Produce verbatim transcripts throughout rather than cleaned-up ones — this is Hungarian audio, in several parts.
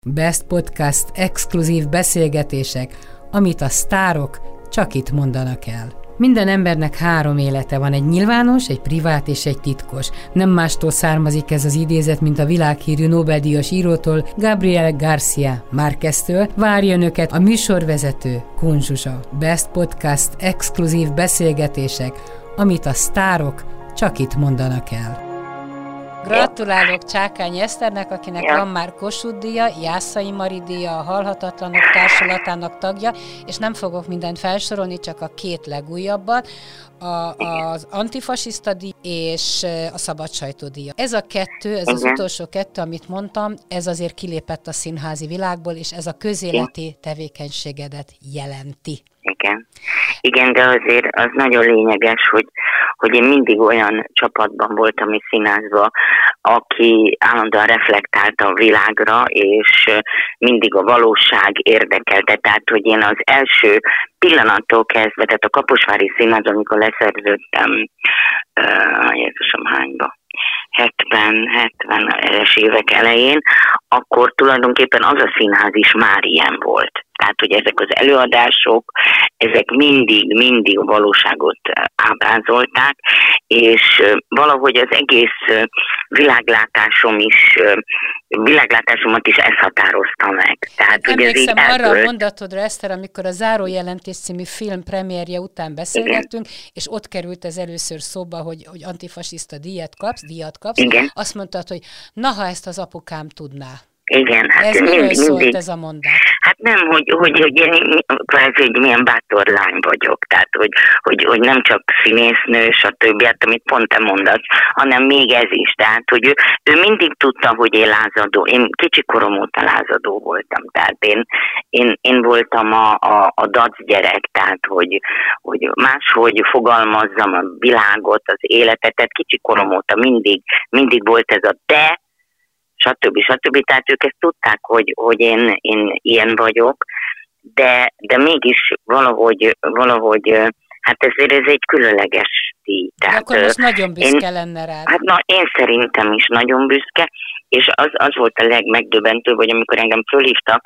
Best Podcast exkluzív beszélgetések, amit a sztárok csak itt mondanak el. Minden embernek három élete van, egy nyilvános, egy privát és egy titkos. Nem mástól származik ez az idézet, mint a világhírű Nobel-díjas írótól, Gabriel García Márqueztől. Várja önöket a műsorvezető, Kun Zsuzsa. Best Podcast exkluzív beszélgetések, amit a sztárok csak itt mondanak el. Gratulálok Csákány Eszternek, akinek ja. van már Kossuth-díja, Jászai Mari díja, a Halhatatlanok Társulatának tagja, és nem fogok mindent felsorolni, csak a két legújabbat, a, az antifasiszta díj és a szabad sajtódíja. Ez a kettő, ez az utolsó kettő, amit mondtam, ez azért kilépett a színházi világból, és ez a közéleti tevékenységedet jelenti. Igen. Igen, de azért az nagyon lényeges, hogy, hogy én mindig olyan csapatban voltam és színházban, aki állandóan reflektált a világra, és mindig a valóság érdekelte. Tehát, hogy én az első pillanattól kezdve, tehát a Kaposvári Színház, amikor leszerződtem, uh, Jézusom hányba? hetvenes évek elején, akkor tulajdonképpen az a színház is már ilyen volt. Tehát, hogy ezek az előadások, ezek mindig, mindig a valóságot ábrázolták, és valahogy az egész világlátásom is, világlátásomat is ez határozta meg. Tehát, emlékszem arra eltölt... a mondatodra, Eszter, amikor a Zárójelentés című film premierje után beszélgettünk, igen. és ott került ez először szóba, hogy, hogy antifasiszta díjat kapsz, díjat kapsz. Igen. Azt mondtad, hogy na, ha ezt az apukám tudná. Igen, hát ez mindig, miről szólt mindig. ez a mondat? Hát nem, hogy, hogy, hogy én kvázi egy milyen bátor lány vagyok, tehát hogy, hogy, hogy nem csak színésznő, stb., hát, amit pont te mondasz, hanem még ez is. Tehát, hogy ő, ő mindig tudta, hogy én lázadó, én kicsi korom óta lázadó voltam, tehát én, én, én voltam a, a, a dac gyerek, tehát hogy, hogy máshogy fogalmazzam a világot, az életet, tehát kicsi korom óta mindig, mindig volt ez a te, stb. stb. Tehát ők ezt tudták, hogy, hogy én, én ilyen vagyok, de, de mégis valahogy, valahogy, hát ezért ez egy különleges díj. De akkor most nagyon büszke én, lenne rád. Hát na, én szerintem is nagyon büszke, és az, az volt a legmegdöbbentőbb, hogy amikor engem fölhívtak,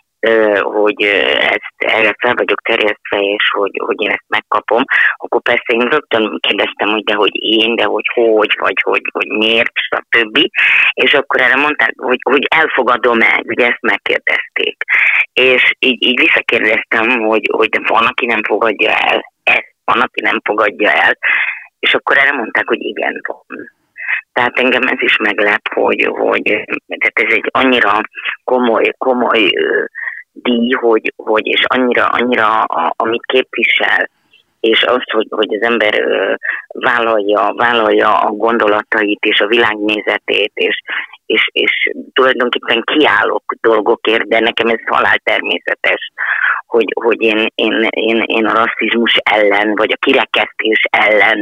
hogy ezt, erre fel vagyok terjesztve, és hogy, hogy én ezt megkapom, akkor persze én rögtön kérdeztem, hogy de hogy én, de hogy hogy, vagy hogy, hogy miért, stb. És akkor erre mondták, hogy, hogy elfogadom-e, ugye ezt megkérdezték. És így, így visszakérdeztem, hogy, hogy de van, aki nem fogadja el, ezt van, aki nem fogadja el, és akkor erre mondták, hogy igen, van. Tehát engem ez is meglep, hogy, hogy tehát ez egy annyira komoly, komoly díj, hogy, hogy és annyira, annyira a, amit képvisel, és azt, hogy, hogy az ember ö, vállalja, vállalja a gondolatait és a világnézetét, és, és, és tulajdonképpen kiállok dolgokért, de nekem ez halál természetes, hogy, hogy én, én, én, én a rasszizmus ellen, vagy a kirekesztés ellen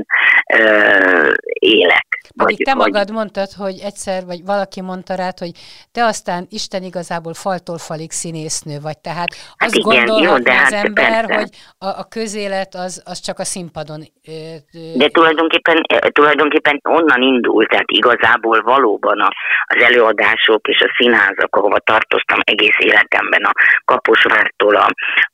ö, élek. Pedig te vagy... magad mondtad, hogy egyszer, vagy valaki mondta rád, hogy te aztán Isten igazából faltól falig színésznő vagy, tehát hát azt igen, gondolhatna jó, az hát ember, persze. hogy a, a közélet az, az csak a színpadon. Ö, ö... De tulajdonképpen, tulajdonképpen onnan indult, tehát igazából valóban a, az előadások és a színházak, ahova tartoztam egész életemben, a Kaposvártól, a,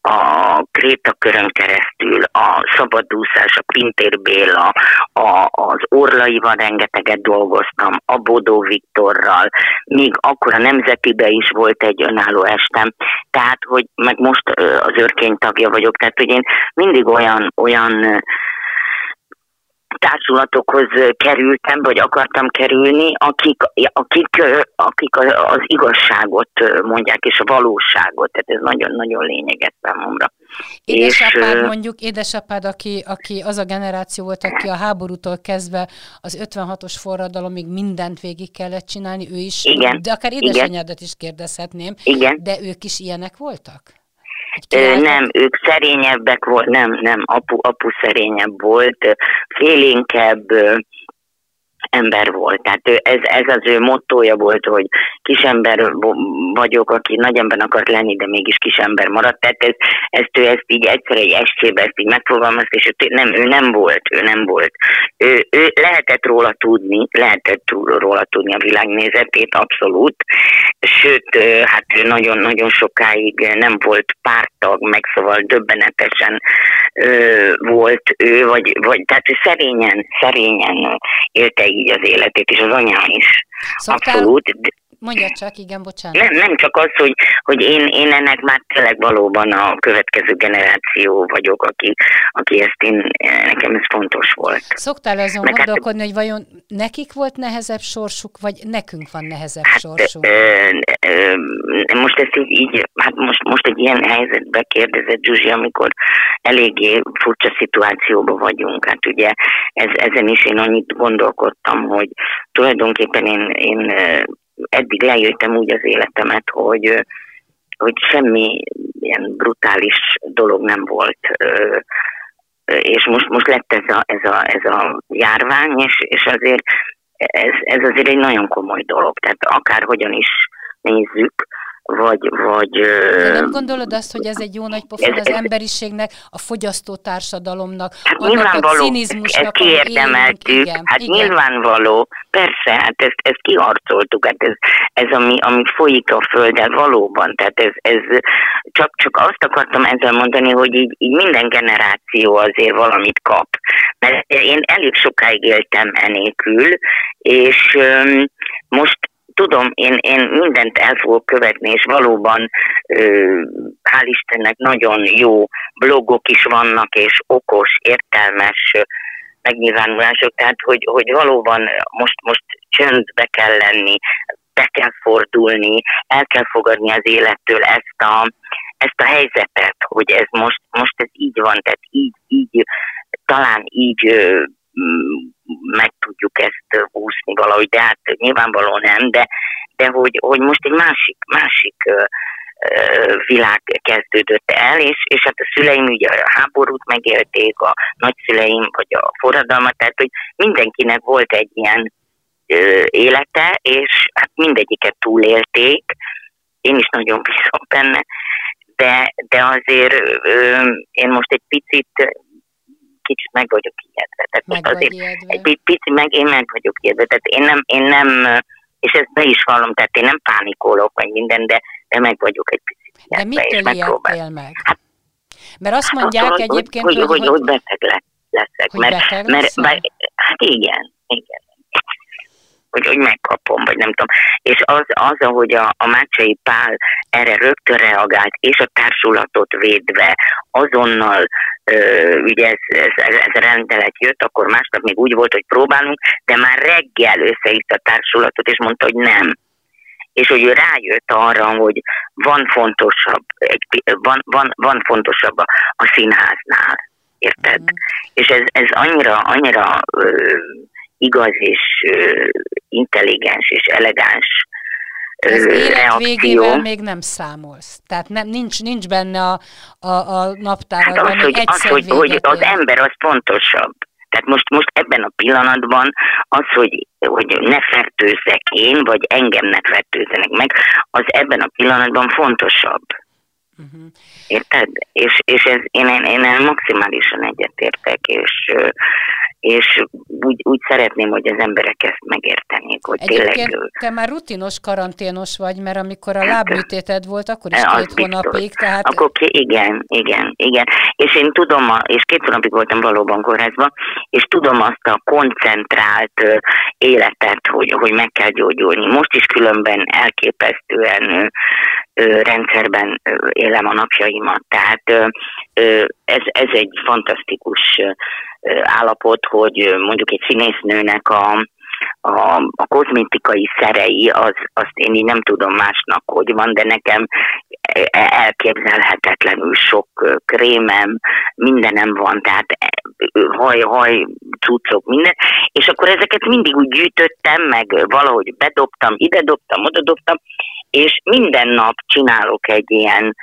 a Krétakörön keresztül, a Szabadúszás, a Pintér Béla, a, az Orlaival rengeteget dolgoztam, a Bodó Viktorral, még akkor a Nemzetibe is volt egy önálló estem, tehát, hogy meg most az Örkény tagja vagyok, tehát, hogy én mindig olyan, olyan társulatokhoz kerültem, vagy akartam kerülni, akik, akik, akik az igazságot mondják, és a valóságot, tehát ez nagyon-nagyon lényeges számomra. Édesapád, és, mondjuk édesapád, aki, aki az a generáció volt, aki a háborútól kezdve az ötvenhatos forradalomig mindent végig kellett csinálni, ő is, igen, de akár édesanyádat is kérdezhetném, igen. De ők is ilyenek voltak? Ö, nem, ők szerényebbek volt, nem, nem, apu, apu szerényebb volt, félénkebb, ember volt. Tehát ez, ez az ő mottója volt, hogy kisember vagyok, aki nagy ember akart lenni, de mégis kisember maradt. Tehát ez, ezt ő ezt így egyszer egy estébe ezt így megfogalmazta, és ő nem, ő nem volt, ő nem volt. Ő, ő lehetett róla tudni, lehetett róla tudni a világnézetét, abszolút. Sőt, hát ő nagyon-nagyon sokáig nem volt párttag, meg szóval döbbenetesen ö, volt ő, vagy, vagy tehát ő szerényen, szerényen élte így az életét, és az anyám is. Szoktál, abszolút. Mondja csak, igen, bocsánat. Nem, nem csak az, hogy, hogy én, én ennek már tényleg valóban a következő generáció vagyok, aki, aki ezt én, nekem ez fontos volt. Szoktál azon Meg gondolkodni, hát, hogy vajon nekik volt nehezebb sorsuk, vagy nekünk van nehezebb hát, sorsunk? Ö, ö, most ezt így, így hát most, most egy ilyen helyzetbe kérdezett Zsuzsi, amikor eléggé furcsa szituációban vagyunk. Hát ugye ez, ezen is én annyit gondolkodtam, hogy tulajdonképpen én, én eddig lejöttem úgy az életemet, hogy, hogy semmi ilyen brutális dolog nem volt. És most, most lett ez a, ez a, ez a járvány, és, és azért ez, ez azért egy nagyon komoly dolog. Tehát akárhogyan is nézzük, vagy... vagy de nem gondolod azt, hogy ez egy jó nagy pofon az emberiségnek, a fogyasztó társadalomnak, hát annak a cinizmusnak, ezt kiérdemeltük, élünk, hát igen. Nyilvánvaló, persze, hát ezt, ezt kiharcoltuk, hát ez, ez ami, ami folyik a Földdel valóban, tehát ez, ez csak, csak azt akartam ezzel mondani, hogy így, így minden generáció azért valamit kap, mert én elég sokáig éltem enélkül, és um, most tudom, én, én mindent el fogok követni, és valóban ö, hál' Istennek nagyon jó blogok is vannak, és okos, értelmes megnyilvánulások, tehát hogy, hogy valóban most, most csöndbe kell lenni, be kell fordulni, el kell fogadni az élettől ezt a, ezt a helyzetet, hogy ez most, most ez így van, tehát így, így talán így ö, meg tudjuk ezt úszni valahogy, de hát nyilvánvalóan nem, de, de hogy, hogy most egy másik, másik uh, világ kezdődött el, és, és hát a szüleim ugye a háborút megélték, a nagyszüleim, vagy a forradalmat, tehát hogy mindenkinek volt egy ilyen uh, élete, és hát mindegyiket túlélték, én is nagyon bízom benne, de, de azért uh, én most egy picit kicsit meg vagyok ijedve. Tehát most azért egy pici meg én meg vagyok ijedve. Tehát én nem, én nem, és ezt be is vallom, tehát én nem pánikolok, vagy minden, de, de meg vagyok egy picit ijedve. De mitől ijedtél meg? Hát, mert azt mondják hát, egyébként, hogy, hogy, hogy, hogy, hogy beteg leszek. Hogy mert, beteg mert, mert, hát igen, igen. Hogy, hogy megkapom, vagy nem tudom. És az, az ahogy a, a Mácsai Pál erre rögtön reagált, és a társulatot védve, azonnal Ö, ugye ez, ez, ez a rendelet jött, akkor másnap még úgy volt, hogy próbálunk, de már reggel összehívta a társulatot, és mondta, hogy nem. És hogy ő rájött arra, hogy van fontosabb, egy, van, van, van fontosabb a, a színháznál. Érted? Mm. És ez, ez annyira, annyira ö, igaz, és ö, intelligens, és elegáns az élet végével még nem számolsz. Tehát nem, nincs, nincs benne a, a, a naptáradban, hát az, hogy, az, hogy, hogy az ember az fontosabb. Tehát most, most ebben a pillanatban az, hogy, hogy ne fertőzzek én, vagy engem ne fertőzzenek meg, az ebben a pillanatban fontosabb. Uh-huh. Érted? És, és ez, én, én, én maximálisan egyetértek, és, és úgy, úgy szeretném, hogy az emberek ezt megértenék, hogy egyébként tényleg... te már rutinos karanténos vagy, mert amikor a lábműtéted volt, akkor is két hónapig, tehát... Akkor igen, igen, igen. És én tudom, és két hónapig voltam valóban kórházban, és tudom azt a koncentrált életet, hogy, hogy meg kell gyógyulni. Most is különben elképesztően rendszerben élem a napjaimat. Tehát ez, ez egy fantasztikus állapot, hogy mondjuk egy színésznőnek a, a, a kozmetikai szerei, az, azt én így nem tudom másnak, hogy van, de nekem elképzelhetetlenül sok krémem, mindenem van, tehát haj, haj, cuccok, minden, és akkor ezeket mindig úgy gyűjtöttem, meg valahogy bedobtam, ide dobtam, oda dobtam, és minden nap csinálok egy ilyen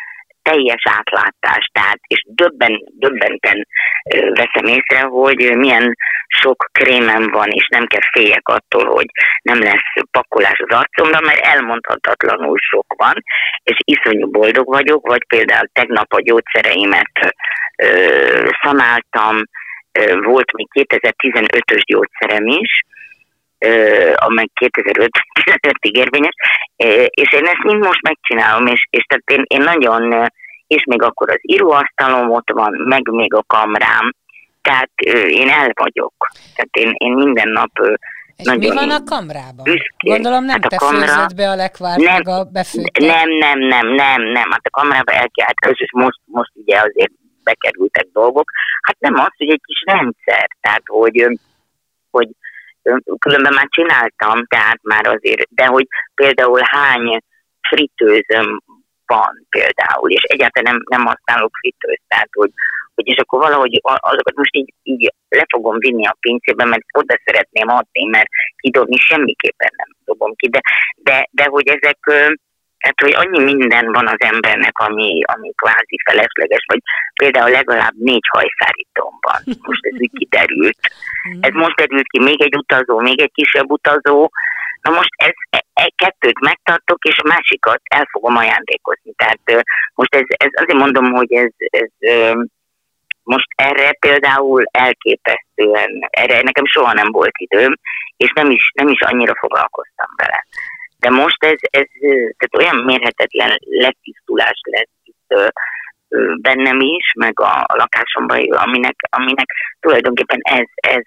teljes átlátás, tehát, és döbben, döbbenten veszem észre, hogy milyen sok krémem van, és nem kell féljek attól, hogy nem lesz pakolás az arcomra, mert elmondhatatlanul sok van, és iszonyú boldog vagyok, vagy például tegnap a gyógyszereimet ö, szanáltam, ö, volt még kétezer-tizenötös gyógyszerem is, Uh, amely kétezer-ötig érvényes, uh, és én ezt mind most megcsinálom, és, és tehát én, én nagyon, uh, és még akkor az íróasztalom ott van, meg még a kamrám, tehát uh, én el vagyok. Tehát én, én minden nap uh, és nagyon mi van a kamrában? Büszkén. Gondolom nem hát te kamra... főzöd be a lekvárt, nem, meg a befőtt. Nem, nem, nem, nem, nem, hát a kamrába el kell, hát és most, most ugye azért bekerültek dolgok, hát nem az, hogy egy kis rendszer, tehát hogy, hogy különben már csináltam, tehát már azért, de hogy például hány fritőzöm van például, és egyáltalán nem, nem használok fritőzt, tehát hogy, hogy és akkor valahogy azokat most így, így le fogom vinni a pincébe, mert oda szeretném adni, mert kidobni semmiképpen nem dobom ki, de, de, de hogy ezek, tehát hogy annyi minden van az embernek, ami, ami kvázi felesleges, vagy például legalább négy hajszárítóm van. Most ez úgy kiderült. Ez most derült ki, még egy utazó, még egy kisebb utazó. Na most ez, e, e, kettőt megtartok, és a másikat el fogom ajándékozni. Tehát most ez, ez azért mondom, hogy ez, ez most erre például elképesztően, erre nekem soha nem volt időm, és nem is, nem is annyira foglalkoztam vele. De most ez, ez tehát olyan mérhetetlen letisztulás lesz itt bennem is, meg a, a lakásomban, aminek, aminek tulajdonképpen ez, ez,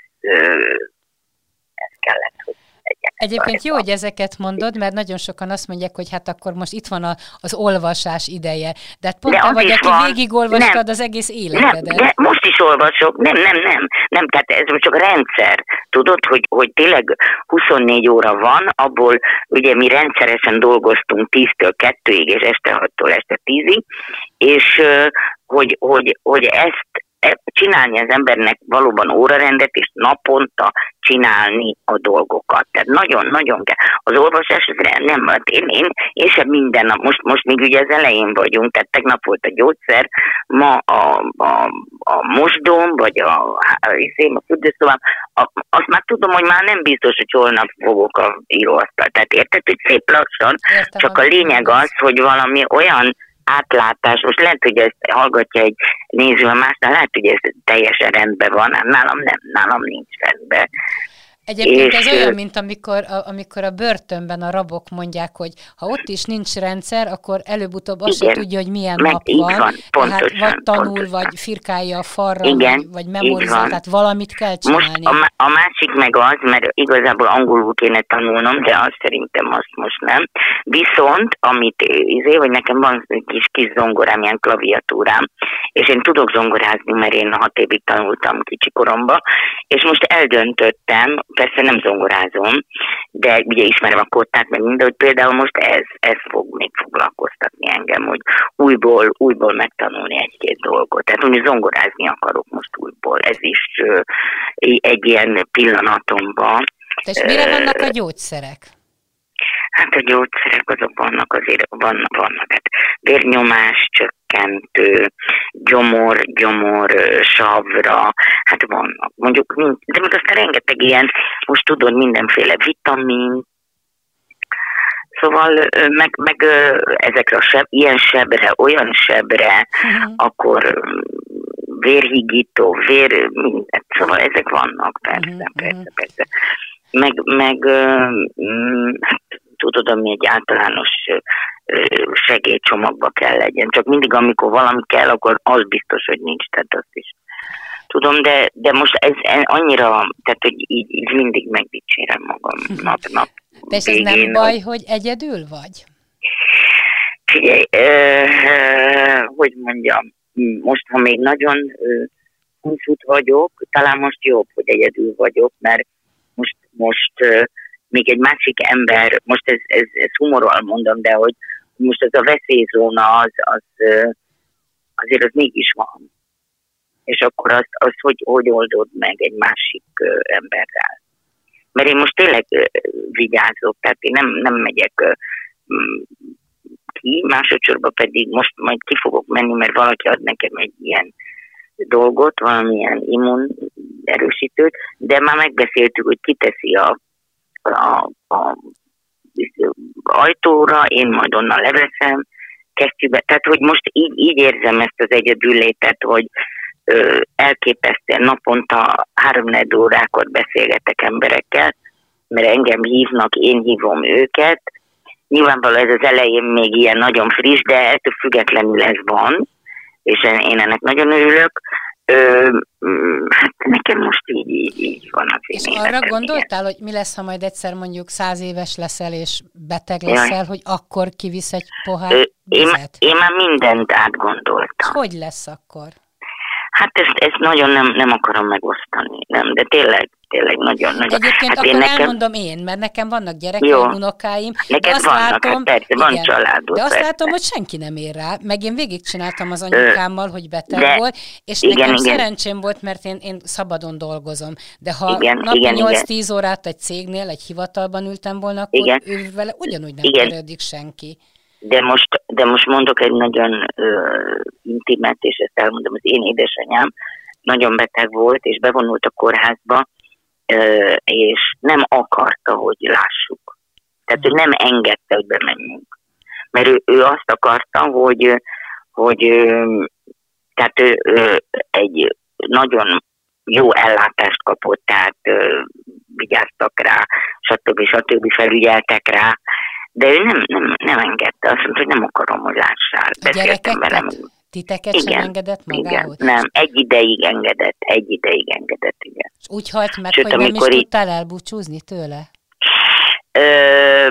ez kellett, hogy legyen. Egyébként jó, hogy ezeket mondod, mert nagyon sokan azt mondják, hogy hát akkor most itt van a, az olvasás ideje. De hát pont te vagy, aki van. Végigolvastad nem, az egész életedet. Nem, de most is olvasok. Nem, nem, nem. Nem, tehát ez csak rendszer. Tudod, hogy, hogy tényleg huszonnégy óra van, abból ugye mi rendszeresen dolgoztunk tíztől kettőig, és este hattól este tízig, és hogy, hogy, hogy ezt csinálni az embernek valóban órarendet, és naponta csinálni a dolgokat. Tehát nagyon-nagyon kell. Az olvasás, az nem, én, én, én sem minden nap, most, most még ugye az elején vagyunk, tehát tegnap volt a gyógyszer, ma a, a, a mosdóm, vagy a, a, a fürdőszobám, azt már tudom, hogy már nem biztos, hogy holnap fogok a íróasztal. Tehát érted, hogy szép lassan, értem, csak a lényeg az, hogy valami olyan átlátás, most lehet, hogy ezt hallgatja egy néző a másnál, lehet, hogy ez teljesen rendben van, nálam nem, nálam nincs rendben. Egyébként és ez olyan, mint amikor a, amikor a börtönben a rabok mondják, hogy ha ott is nincs rendszer, akkor előbb-utóbb azt sem tudja, hogy milyen nap van. van pontosan, tehát vagy tanul, pontosan. Vagy firkálja a falra, igen, vagy, vagy memorizál, tehát valamit kell csinálni. Most a, a másik meg az, mert igazából angolul kéne tanulnom, de azt szerintem azt most nem. Viszont, amit izé, hogy nekem van egy kis, kis zongorám, ilyen klaviatúrám, és én tudok zongorázni, mert én hat évig tanultam kicsikoromba, és most eldöntöttem, persze nem zongorázom, de ugye ismerem a kottát, meg minden, hogy például most ez, ez fog még foglalkoztatni engem, hogy újból, újból megtanulni egy-két dolgot. Tehát úgy zongorázni akarok most újból. Ez is uh, egy ilyen pillanatomban. És mire vannak a gyógyszerek? Hát a gyógyszerek azok vannak, azért vannak, vannak. Hát vérnyomás csökkentő, gyomor, gyomor, savra, hát vannak. Mondjuk, de meg aztán rengeteg ilyen, most tudod, mindenféle vitamin, szóval meg, meg ezekre a seb, ilyen sebre, olyan sebre, uh-huh. akkor vérhigító, vér, mindent, szóval ezek vannak, persze, uh-huh. persze, persze. Meg, meg hát, tudod, ami egy általános segélycsomagba kell legyen. Csak mindig, amikor valami kell, akkor az biztos, hogy nincs, tehát azt is tudom, de, de most ez annyira, tehát, hogy így, így mindig megdicsérem magam nap-nap. De és ez nem baj, hogy egyedül vagy? Figyelj, ö, ö, hogy mondjam, most, ha még nagyon húsút vagyok, talán most jobb, hogy egyedül vagyok, mert most, most uh, még egy másik ember, most ez, ez, ez humorral mondom, de hogy most ez a veszélyzóna az, az uh, azért az mégis van. És akkor azt, az, hogy, hogy oldod meg egy másik uh, emberrel. Mert én most tényleg uh, vigyázok, tehát én nem, nem megyek uh, ki, másodszorban pedig most majd ki fogok menni, mert valaki ad nekem egy ilyen dolgot, valamilyen immunerősítőt, de már megbeszéltük, hogy kiteszi a, a, a ajtóra, én majd onnan leveszem, kesztyűbe. Tehát, hogy most így, így érzem ezt az egyedüllétet, hogy ö, elképesztően naponta három-négy órákat beszélgetek emberekkel, mert engem hívnak, én hívom őket. Nyilvánvalóan ez az elején még ilyen nagyon friss, de ettől függetlenül ez van, és én ennek nagyon örülök. Ö, hát nekem most így, így, így van az És én arra életem, gondoltál, igen. hogy mi lesz, ha majd egyszer mondjuk száz éves leszel, és beteg leszel, Jaj. hogy akkor kivisz egy pohár Ö, én, vizet? én már mindent átgondoltam. És hogy lesz akkor? Hát ezt, ezt nagyon nem, nem akarom megosztani, nem, de tényleg, tényleg nagyon-nagyon. Egyébként hát akkor én nekem... elmondom én, mert nekem vannak gyerekeim, Jó. unokáim, Neked de azt vannak, látom, hát persze, van igen, családod, de azt persze. látom, hogy senki nem ér rá, meg én végigcsináltam az anyukámmal, hogy beteg de, volt, és igen, nekem igen. szerencsém volt, mert én, én szabadon dolgozom, de ha igen, napi igen, nyolc-tíz órát egy cégnél, egy hivatalban ültem volna, akkor igen. ő vele ugyanúgy nem igen. törődik senki. De most, de most mondok egy nagyon ö, intimet, és ezt elmondom, az én édesanyám nagyon beteg volt, és bevonult a kórházba, ö, és nem akarta, hogy lássuk. Tehát ő nem engedte, hogy bemenjünk. Mert ő, ő azt akarta, hogy, hogy ö, tehát ő, ő egy nagyon jó ellátást kapott, tehát ö, vigyáztak rá, stb. stb. Felügyeltek rá, de ő nem, nem, nem engedte, azt mondta, hogy nem akarom, hogy lássál. A gyerekeket? Titeket igen, sem engedett magához? Igen, nem, egy ideig engedett, egy ideig engedett, igen. És úgy halt meg, Sőt, hogy nem is így... tudtál elbúcsúzni tőle? Ö,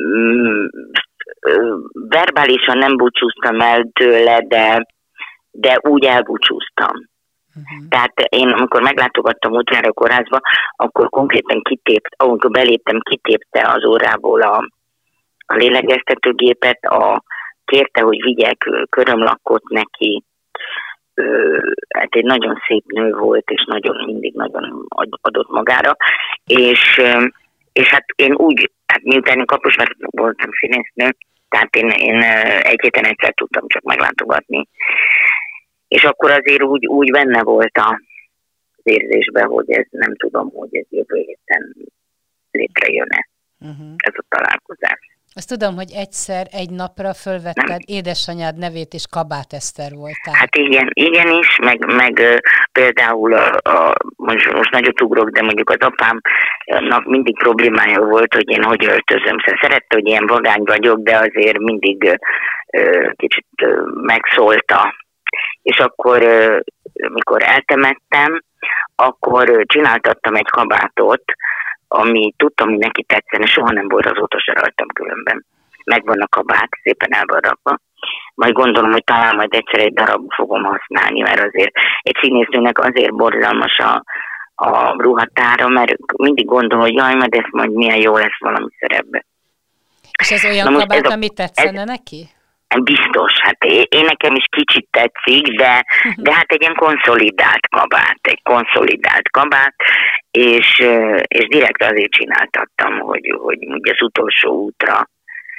verbálisan nem búcsúztam el tőle, de, de úgy elbúcsúztam. Uh-huh. Tehát én, amikor meglátogattam utoljára a kórházba, akkor konkrétan kitépt, amikor beléptem, kitépte az órából a, a lélegeztetőgépet, a, kérte, hogy vigyek körömlakot neki. Ö, hát egy nagyon szép nő volt, és nagyon mindig nagyon adott magára. És, és hát én úgy, hát miután én Kaposvár voltam színésznő, tehát én, én egy héten egyszer tudtam csak meglátogatni. És akkor azért úgy, úgy benne volt az érzésben, hogy ez nem tudom, hogy ez jövő héten létrejön-e, uh-huh. ez a találkozás. Azt tudom, hogy egyszer egy napra fölvetted nem. édesanyád nevét, és Kabát Eszter voltál. Hát igen, igenis, meg, meg például, a, a, most, most nagyot ugrok, de mondjuk az apámnak mindig problémája volt, hogy én hogy öltözöm. Szóval szerette, hogy ilyen vagány vagyok, de azért mindig ö, kicsit ö, megszólta. És akkor, ö, mikor eltemettem, akkor csináltattam egy kabátot, ami tudtam, hogy neki tetszene, soha nem volt, azóta se rajtam különben. Megvan a kabát, szépen el van rakva. Majd gondolom, hogy talán majd egyszer egy darab fogom használni, mert azért egy színésznőnek azért borzalmas a, a ruhatára, mert mindig gondol, hogy jaj, mert ez majd milyen jó lesz valami szerepbe. És ez olyan Na kabát, a, ami tetszene ez, neki? Biztos, hát én, én nekem is kicsit tetszik, de, de hát egy ilyen konszolidált kabát, egy konszolidált kabát, és, és direkt azért csináltattam, hogy, hogy ugye az utolsó útra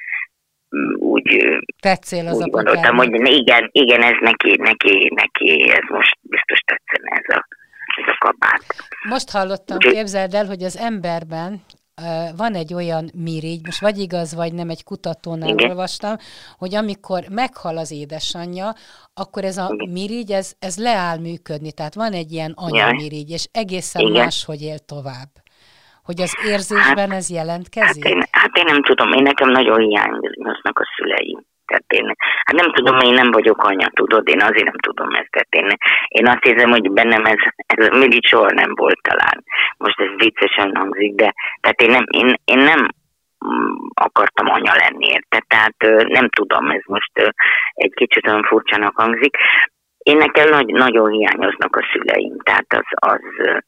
úgy, tetszél az úgy gondoltam, hogy igen, igen, ez neki, neki, neki, ez most biztos tetszene ez a, ez a kabát. Most hallottam, képzeld el, hogy az emberben van egy olyan mirigy, most vagy igaz, vagy nem, egy kutatónál Igen. olvastam, hogy amikor meghal az édesanyja, akkor ez a mirigy, ez, ez leáll működni. Tehát van egy ilyen anyamirigy, és egészen Igen. máshogy él tovább. Hogy az érzésben hát, ez jelentkezik? Hát én, hát én nem tudom, én nekem nagyon hiányoznak a szüleim. Tehát én, hát nem tudom, én nem vagyok anya, tudod, én azért nem tudom ezt. Tehát én, én azt érzem, hogy bennem ez, ez mindig soha nem volt talán. Most ez viccesen hangzik, de tehát én nem, én, én nem akartam anya lenni, érte? Tehát nem tudom, ez most egy kicsit olyan furcsának hangzik. Én nekem nagy, nagyon hiányoznak a szüleim, tehát az, az,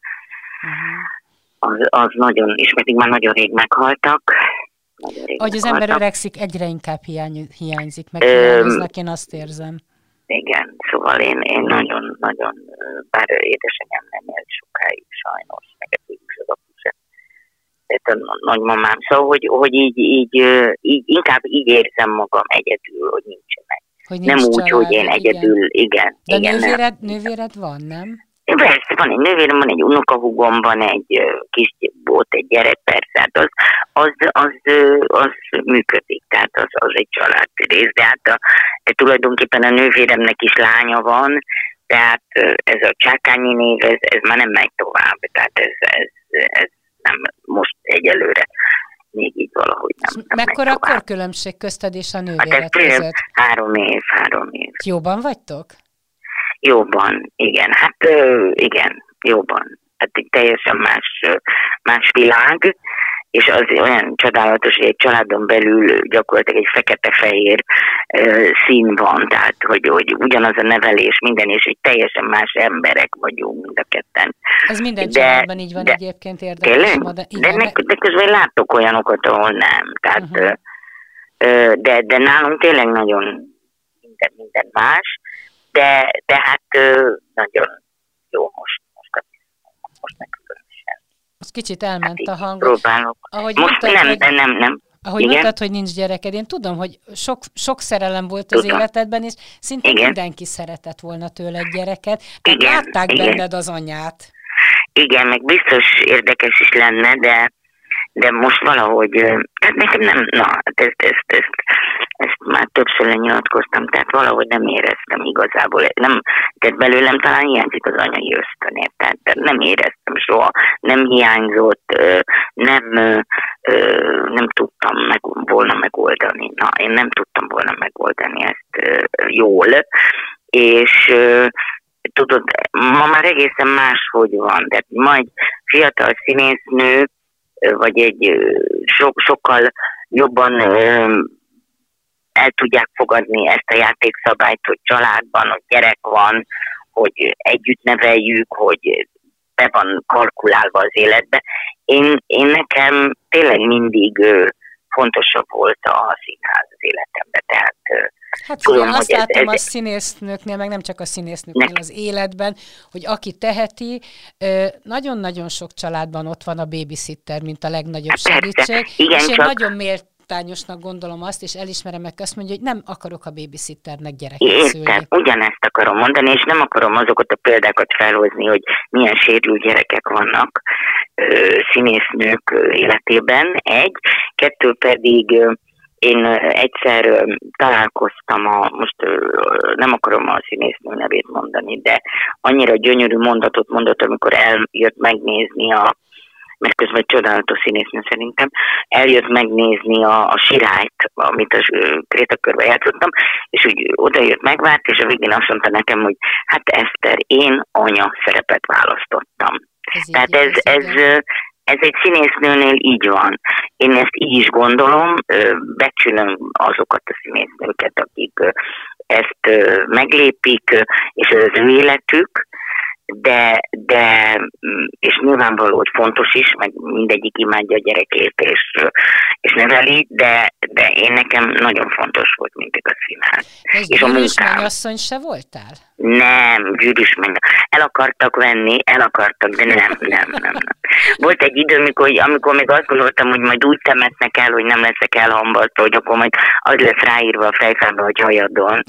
az, az nagyon, és pedig már nagyon rég meghaltak. Ahogy az ember öregszik, egyre inkább hiány, hiányzik, meg hiányoznak, én azt érzem. Igen, szóval én, én nagyon, nagyon, bár édesanyám nem élt sokáig sajnos, meg ez is az apu sem. tehát a nagymamám. Szóval, hogy, hogy így, így, így, inkább így érzem magam egyedül, hogy nincsenek. Hogy nincs nem úgy, család, hogy én egyedül, igen. De igen, nővéred, nővéred van, nem? Persze, van egy nővérem, van egy unokahúgom, van egy kis, volt egy gyerek, persze, hát az, az, az, az működik, tehát az, az egy családrész, de hát a, de tulajdonképpen a nővéremnek is lánya van, tehát ez a Csákányi név, ez, ez már nem megy tovább, tehát ez, ez, ez nem most egyelőre még így valahogy nem. nem mekkora korkülönbség közted és a nővéred hát között? Három év, három év. Jóban vagytok? Jóban, igen, hát igen, jóban. Hát egy teljesen más, más világ, és az olyan csodálatos, hogy egy családon belül gyakorlatilag egy fekete-fehér uh, szín van, tehát hogy, hogy ugyanaz a nevelés, minden, és egy teljesen más emberek vagyunk mind a ketten. Ez minden de, családban így van, de, egyébként érdekes. De, de, de, de közben látok olyanokat, ahol nem. Tehát, uh-huh. uh, de, de nálunk tényleg nagyon minden, minden más, de, de hát uh, nagyon jó most, most, most meg különösen. Az kicsit elment hát a hang. Próbálok. Ahogy most mondtad, nem, hogy, nem, nem, nem. Ahogy igen? mondtad, hogy nincs gyereked, én tudom, hogy sok, sok szerelem volt az tudom. életedben, és szinte igen. mindenki szeretett volna tőled gyereket. Tehát igen, látták igen. benned az anyát. Igen, meg biztos érdekes is lenne, de de most valahogy, tehát nekem nem, na, ezt, ezt, ezt, ezt már többször lenyilatkoztam, tehát valahogy nem éreztem igazából, nem, tehát belőlem talán hiányzik az anyai ösztönért, tehát, tehát nem éreztem soha, nem hiányzott, nem, nem tudtam meg, volna megoldani, na, én nem tudtam volna megoldani ezt jól, és tudod, ma már egészen máshogy van, de majd fiatal színésznő, vagy egy so, sokkal jobban ö, el tudják fogadni ezt a játékszabályt, hogy családban, hogy gyerek van, hogy együtt neveljük, hogy be van kalkulálva az életbe. Én, én nekem tényleg mindig ö, fontosabb volt a színház az életemben, tehát ö, hát tudom, igen, azt látom ez, a színésznőknél, meg nem csak a színésznőknél ne. az életben, hogy aki teheti, nagyon-nagyon sok családban ott van a babysitter, mint a legnagyobb hát segítség, igen, és én csak... nagyon méltányosnak gondolom azt, és elismerem, meg azt mondja, hogy nem akarok a babysitternek gyereket szülni. Értem, ugyanezt akarom mondani, és nem akarom azokat a példákat felhozni, hogy milyen sérült gyerekek vannak ö, színésznők életében, egy, kettő pedig ö, én egyszer találkoztam, a, most nem akarom a színésznő nevét mondani, de annyira gyönyörű mondatot mondott, amikor eljött megnézni a, mert közben egy csodálatos színésznő szerintem, eljött megnézni a, a Sirályt, amit a Krétakörben játszottam, és úgy odajött, megvárt, és a végén azt mondta nekem, hogy hát Eszter, én anya szerepet választottam. Ez Tehát ez, ez, ez, ez egy színésznőnél így van. Én ezt így is gondolom, becsülöm azokat a színésznőket, akik ezt meglépik, és ez az ő életük, de, de és nyilvánvaló, hogy fontos is, meg mindegyik imádja a gyerekét, és, és neveli, de, de én nekem nagyon fontos volt mindig a színház. És, és a munkám. Mennyasszony se voltál? Nem, gyűrűs mennyasszony. El akartak venni, el akartak, de nem, nem, nem. nem. Volt egy idő, amikor, amikor még azt gondoltam, hogy majd úgy temetnek el, hogy nem leszek elhambasztva, hogy akkor majd az lesz ráírva a fejfába, hogy hajadon.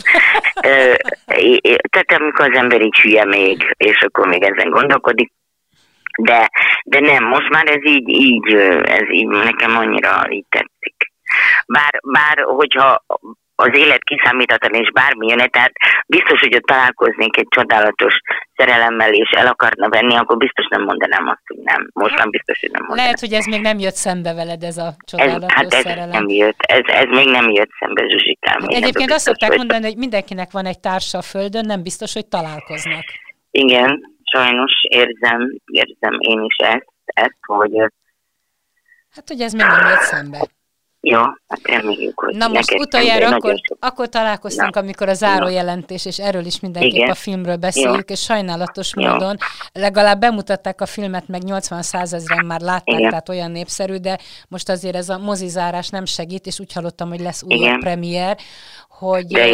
Tehát amikor az ember így hülye még, és akkor még ezen gondolkodik. De, de nem, most már ez így, így, ez így nekem annyira így tetszik. Bár, bár hogyha az élet kiszámíthatatlan és bármi jön, tehát biztos, hogy ott találkoznék egy csodálatos szerelemmel, és el akarna venni, akkor biztos nem mondanám azt, hogy nem. Most nem biztos, hogy nem mondanám. Lehet, hogy ez még nem jött szembe veled, ez a csodálatos ez, hát ez szerelem. Nem jött, ez, ez még nem jött szembe, Zsuzsikám. Hát egyébként azt szokták hogy... mondani, hogy mindenkinek van egy társa a földön, nem biztos, hogy találkoznak. Igen, sajnos érzem, érzem én is ezt, ezt hogy... Hát, hogy ez még nem jött szembe. Jó, hát reméljük, hogy na most utoljára akkor, akkor találkoztunk, na, amikor a zárójelentés, és erről is mindenképp igen. a filmről beszéljük, jó. és sajnálatos jó. módon legalább bemutatták a filmet, meg nyolcvan-százezren már látták, igen. tehát olyan népszerű, de most azért ez a mozizárás nem segít, és úgy hallottam, hogy lesz újabb premier, hogy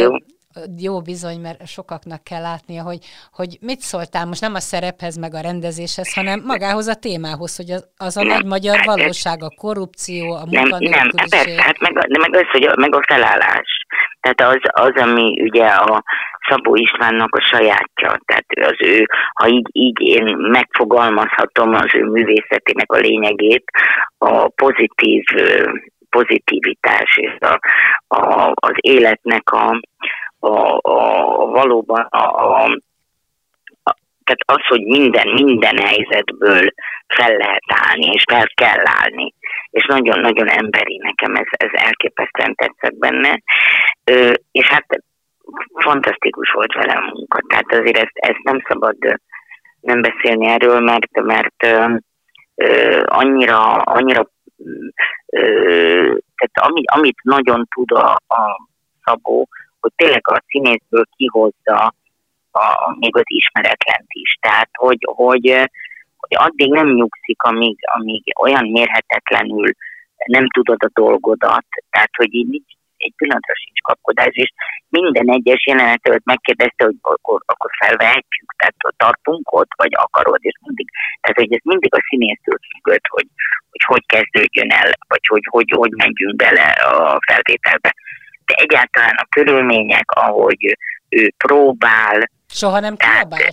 Jó bizony, mert sokaknak kell látnia, hogy, hogy mit szóltál most nem a szerephez, meg a rendezéshez, hanem magához a témához, hogy az, az a nem, nagy magyar hát valóság, a korrupció, a munkanélküliség. Nem, persze, hát meg, de meg az, hogy a, meg a felállás. Tehát az, az, ami ugye a Szabó Istvánnak a sajátja, tehát az ő, ha így, így én megfogalmazhatom az ő művészetének a lényegét, a pozitív pozitivitás és a, a, az életnek a, a, a valóban a, a, a, tehát az, hogy minden, minden helyzetből fel lehet állni, és fel kell állni, és nagyon-nagyon emberi, nekem ez, ez elképesztően tetszett benne, Ö, és hát fantasztikus volt vele a munka, tehát azért ezt, ezt nem szabad nem beszélni erről, mert, mert ö, ö, annyira, annyira ö, tehát ami, amit nagyon tud a, a Szabó, hogy tényleg a színészből kihozza a, még az ismeretlent is. Tehát, hogy, hogy, hogy addig nem nyugszik, amíg, amíg olyan mérhetetlenül nem tudod a dolgodat. Tehát, hogy így egy pillanatra sincs kapkodás, és minden egyes jelenetet megkérdezte, hogy akkor, akkor felvehetjük, tehát tartunk ott, vagy akarod, és mindig, tehát hogy ez mindig a színésztől függött, hogy hogy, hogy kezdődjön el, vagy hogy, hogy hogy menjünk bele a felvételbe. De egyáltalán a körülmények, ahogy ő próbál... Soha nem kiabált?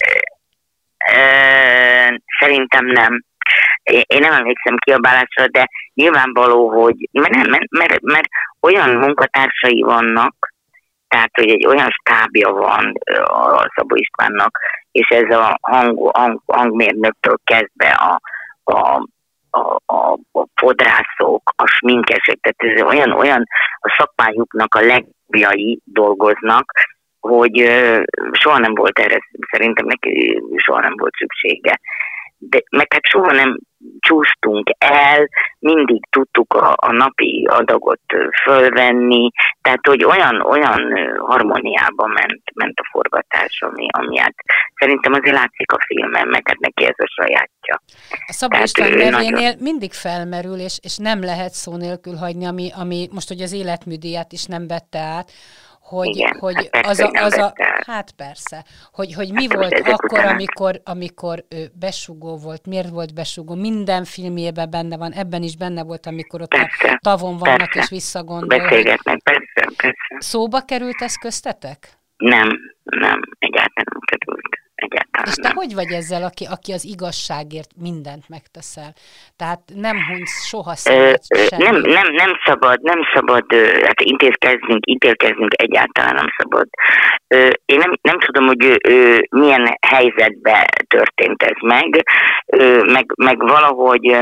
Szerintem nem. Én nem emlékszem kiabálásra, de nyilvánvaló, hogy mert, nem, mert, mert, mert olyan munkatársai vannak, tehát, hogy egy olyan stábja van a Szabó Istvánnak, és ez a hang, hang, hangmérnöktől kezdve a, a, a, a, a fodrászok, a sminkesek, tehát ez olyan, olyan a szakmájuknak a legjai dolgoznak, hogy soha nem volt erre, szerintem neki soha nem volt szüksége. De, meg hát soha nem csúsztunk el, mindig tudtuk a, a napi adagot fölvenni, tehát hogy olyan, olyan harmóniában ment, ment a forgatás, ami, ami hát szerintem azért látszik a filmen, meg hát neki ez a sajátja. A Szabó István nevénél nagyon... mindig felmerül, és, és nem lehet szó nélkül hagyni, ami, ami most, hogy az életműdíját is nem vette át, hogy, igen, hogy hát az, a, az a, hát persze, hogy, hogy mi hát volt akkor, amikor, amikor ő besugó volt, miért volt besugó, minden filmjében benne van, ebben is benne volt, amikor ott persze, a tavon vannak persze, és visszagondol. Beszélgetnek, persze, persze. Szóba került ez köztetek? Nem, nem, egyáltalán nem került. Egyáltalán és te nem. hogy vagy ezzel, aki, aki az igazságért mindent megteszel? Tehát nem hunsz soha szemet semmit. Nem, nem, nem szabad, nem szabad, hát intézkeznünk, ítélkeznünk egyáltalán nem szabad. Én nem, nem tudom, hogy milyen helyzetben történt ez meg, meg, meg valahogy,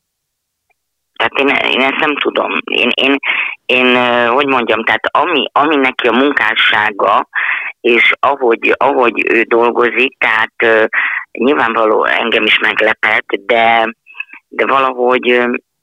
tehát én, én ezt nem tudom. Én, én, én hogy mondjam, tehát ami, ami neki a munkássága, és ahogy, ahogy ő dolgozik, tehát uh, nyilvánvaló engem is meglepett, de, de valahogy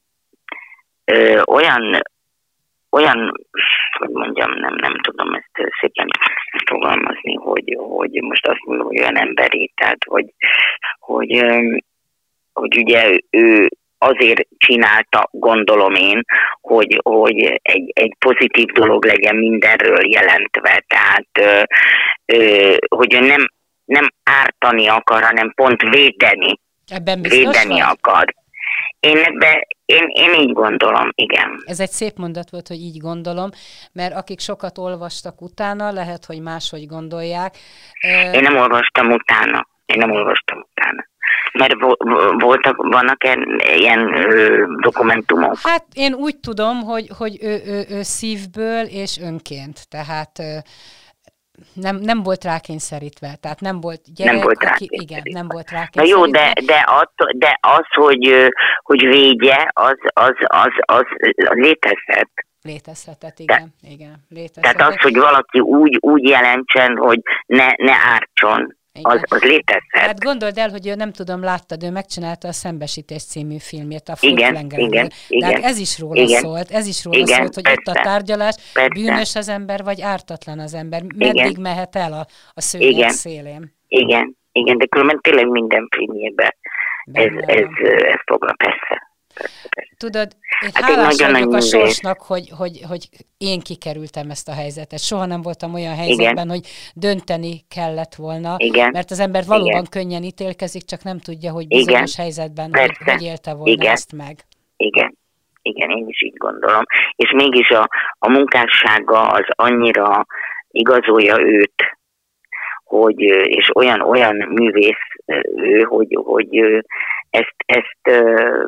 uh, olyan, olyan, hogy mondjam, nem, nem tudom ezt szépen fogalmazni, hogy, hogy most azt mondom, hogy olyan emberi, tehát hogy, hogy, um, hogy ugye ő azért csinálta, gondolom én, hogy, hogy egy, egy pozitív dolog legyen mindenről jelentve. Tehát, ö, ö, hogy ő nem, nem ártani akar, hanem pont védeni. Ebben védeni vagy? akar. Én, ebbe, én, én így gondolom, igen. Ez egy szép mondat volt, hogy így gondolom, mert akik sokat olvastak utána, lehet, hogy máshogy gondolják. Én nem olvastam utána. Én nem olvastam utána. Mert voltak, vannak ilyen ö, dokumentumok? Hát én úgy tudom, hogy, hogy ő, ő, ő szívből és önként, tehát ö, nem, nem volt rákényszerítve, tehát nem volt gyerek, nem volt aki, igen, nem volt rákényszerítve. Na jó, de, de, attól, de az, hogy, hogy védje, az, az, az, az, az létezhet. Létezhetett, igen, de, igen, létezhetett. Tehát az, hogy valaki úgy, úgy jelentsen, hogy ne, ne ártson. Az, az létezhet. Hát gondold el, hogy ő, nem tudom, láttad, ő megcsinálta a Szembesítés című filmjét, a igen, igen, de hát ez is róla igen, szólt, ez is róla igen, szólt, hogy persze, ott a tárgyalás, persze. bűnös az ember, vagy ártatlan az ember. Meddig igen. mehet el a, a szőnyeg igen, szélén? Igen, igen, de különben tényleg minden filmjében ez, ez, ez foglal, persze. Tudod, én hát hálás nagyon vagyok a nagy sorsnak, hogy, hogy, hogy én kikerültem ezt a helyzetet. Soha nem voltam olyan helyzetben, igen, hogy dönteni kellett volna, igen, mert az ember valóban igen, könnyen ítélkezik, csak nem tudja, hogy bizonyos igen, helyzetben hogy, hogy élte volna igen, ezt meg. Igen, igen, én is így gondolom. És mégis a, a munkássága az annyira igazolja őt, hogy, és olyan, olyan művész ő, hogy, hogy ezt, ezt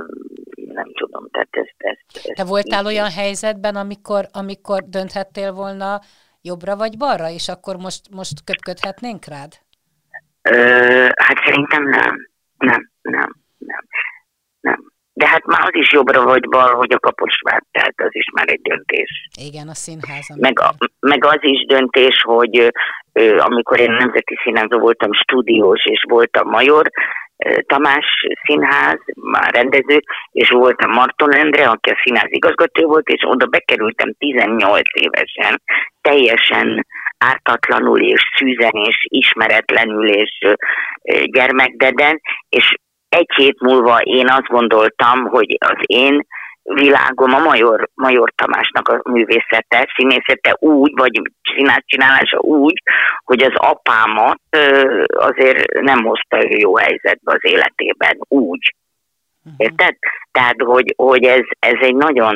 nem tudom, tehát ezt... ezt, ezt Te voltál így olyan helyzetben, amikor, amikor dönthettél volna jobbra vagy balra, és akkor most, most köpködhetnénk rád? Ö, hát szerintem nem. Nem, nem, nem, nem. De hát már az is jobbra vagy bal, hogy a Kaposvár, tehát az is már egy döntés. Igen, a színház. Meg, a, meg az is döntés, hogy ö, amikor én Nemzeti Színházban voltam stúdiós, és voltam Major Tamás színház, már rendező, és voltam Marton Endre, aki a színház igazgató volt, és oda bekerültem tizennyolc évesen, teljesen ártatlanul, és szűzen, és ismeretlenül, és gyermekdeden, és egy hét múlva én azt gondoltam, hogy az én világom a Major, Major Tamásnak a művészete, színészete úgy, vagy színházcsinálása úgy, hogy az apámat azért nem hozta ő jó helyzetbe az életében, úgy. Uh-huh. Érted? Tehát, hogy, hogy ez, ez egy nagyon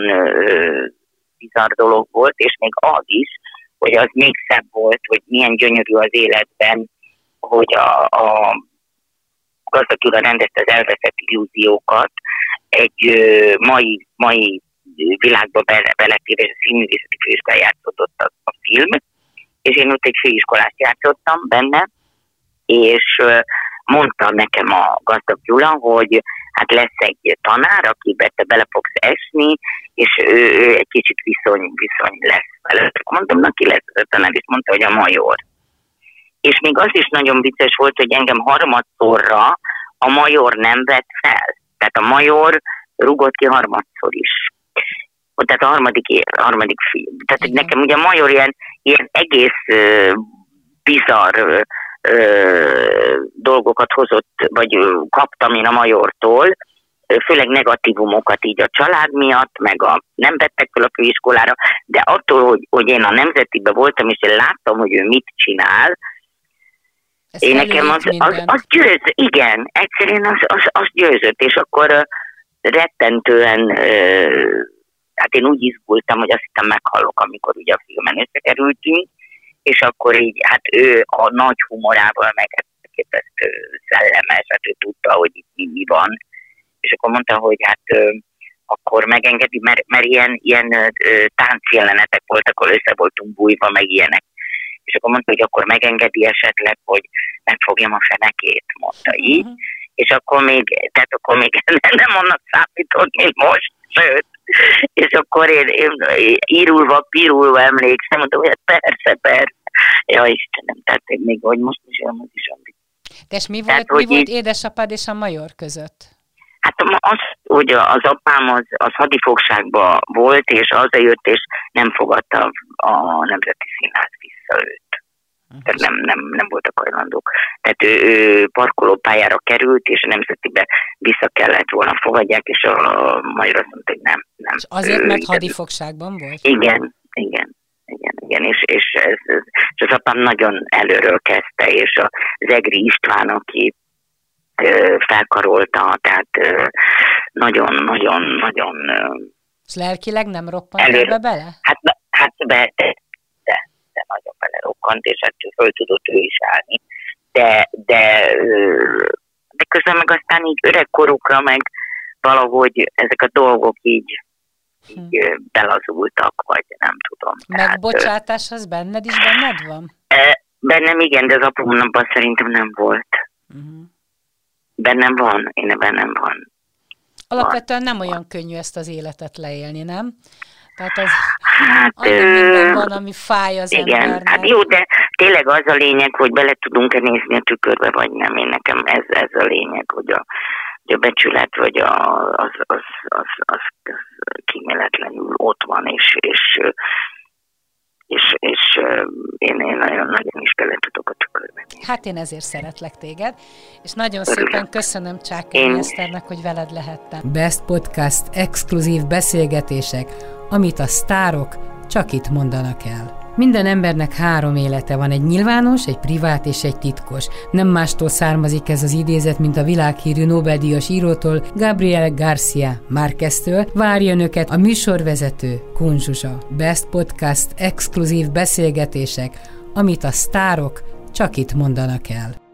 bizarr dolog volt, és még az is, hogy az még szebb volt, hogy milyen gyönyörű az életben, hogy a, a Gazdag Gyula rendezte az Elveszett illúziókat, egy ö, mai, mai világba bele, beletéve, és a színművészeti főiskolán játszódott a, a film, és én ott egy főiskolát játszottam benne, és ö, mondta nekem a Gazdag Gyula, hogy hát lesz egy tanár, akibe te bele fogsz esni, és ő, ő egy kicsit viszony, viszony lesz vele. Mondtam, na ki lesz a tanár, és mondta, hogy a Major. És még az is nagyon vicces volt, hogy engem harmadszorra a Major nem vett fel. Tehát a Major rugott ki harmadszor is. Tehát a harmadik, harmadik film. Tehát hogy nekem ugye a Major ilyen, ilyen egész uh, bizarr uh, uh, dolgokat hozott, vagy uh, kaptam én a Majortól, uh, főleg negatívumokat így a család miatt, meg a nem vettek fel a főiskolára, de attól, hogy, hogy én a Nemzetiben voltam, és én láttam, hogy ő mit csinál, ez én nekem az, az, az győz, igen, egyszerűen az, az, az győzött, és akkor uh, rettentően, uh, hát én úgy izgultam, hogy azt hittem meghallok, amikor ugye a filmen összekerültünk, és akkor így, hát ő a nagy humorával, meg elképesztő szellemes, hát ő tudta, hogy itt mi, mi van, és akkor mondta, hogy hát uh, akkor megengedi, mert, mert ilyen, ilyen uh, táncjelenetek voltak, ahol össze voltunk bújva, meg ilyenek. És akkor mondta, hogy akkor megengedi esetleg, hogy megfogjam a fenekét, mondta így. Uh-huh. És akkor még, tehát akkor még nem annak számított, mint most, sőt. És akkor én, én írulva, pirulva emlékszem, mondtam, hogy persze, persze. Ja, Istenem, tehát én még, hogy most is olyan, az is amit. De és mi volt, tehát, mi volt így, édesapád és a Major között? Hát az, hogy az apám az, az hadifogságban volt, és hazajött, és nem fogadta a Nemzeti Színház vissza őt. Tehát nem, nem, nem voltak hajlandók. Tehát ő, ő parkolópályára került, és a Nemzetibe vissza kellett volna fogadják, és a Major azt mondta, hogy nem. nem. És azért, ő, mert hadifogságban volt? Igen, igen. Igen, igen, és, és, ez, ez, és az apám nagyon előről kezdte, és az Egri István, aki felkarolta, tehát nagyon-nagyon-nagyon... És lelkileg nem roppant ebbe bele? Hát, hát be, de, de, de nagyon belerokkant, és hát föl tudott ő is állni. De, de, de közben meg aztán így öregkorukra, meg valahogy ezek a dolgok így, így hm. belazultak, vagy nem tudom. Megbocsátás az benned is benned van? Bennem igen, de az apámban szerintem nem volt. Uh-huh. Bennem van, én bennem van. Alapvetően nem olyan van. Könnyű ezt az életet leélni, nem? Tehát az hát, annyi minden van, ami fáj az igen, embernek. Hát jó, de tényleg az a lényeg, hogy bele tudunk-e nézni a tükörbe, vagy nem. Én nekem ez, ez a lényeg, hogy a, hogy a becsület, vagy a, az, az, az, az, az kíméletlenül ott van, és, és, és, és én, én nagyon-nagyon is bele tudok a tükörbe nézni. Hát én ezért szeretlek téged, és nagyon szépen köszönöm Csákányi Eszternek, hogy veled lehettem. Best Podcast exkluzív beszélgetések, amit a sztárok csak itt mondanak el. Minden embernek három élete van, egy nyilvános, egy privát és egy titkos. Nem mástól származik ez az idézet, mint a világhírű Nobel-díjas írótól, Gabriel García Márqueztől. Várja önöket a műsorvezető, Kun Zsuzsa. Best Podcast exkluzív beszélgetések, amit a sztárok csak itt mondanak el.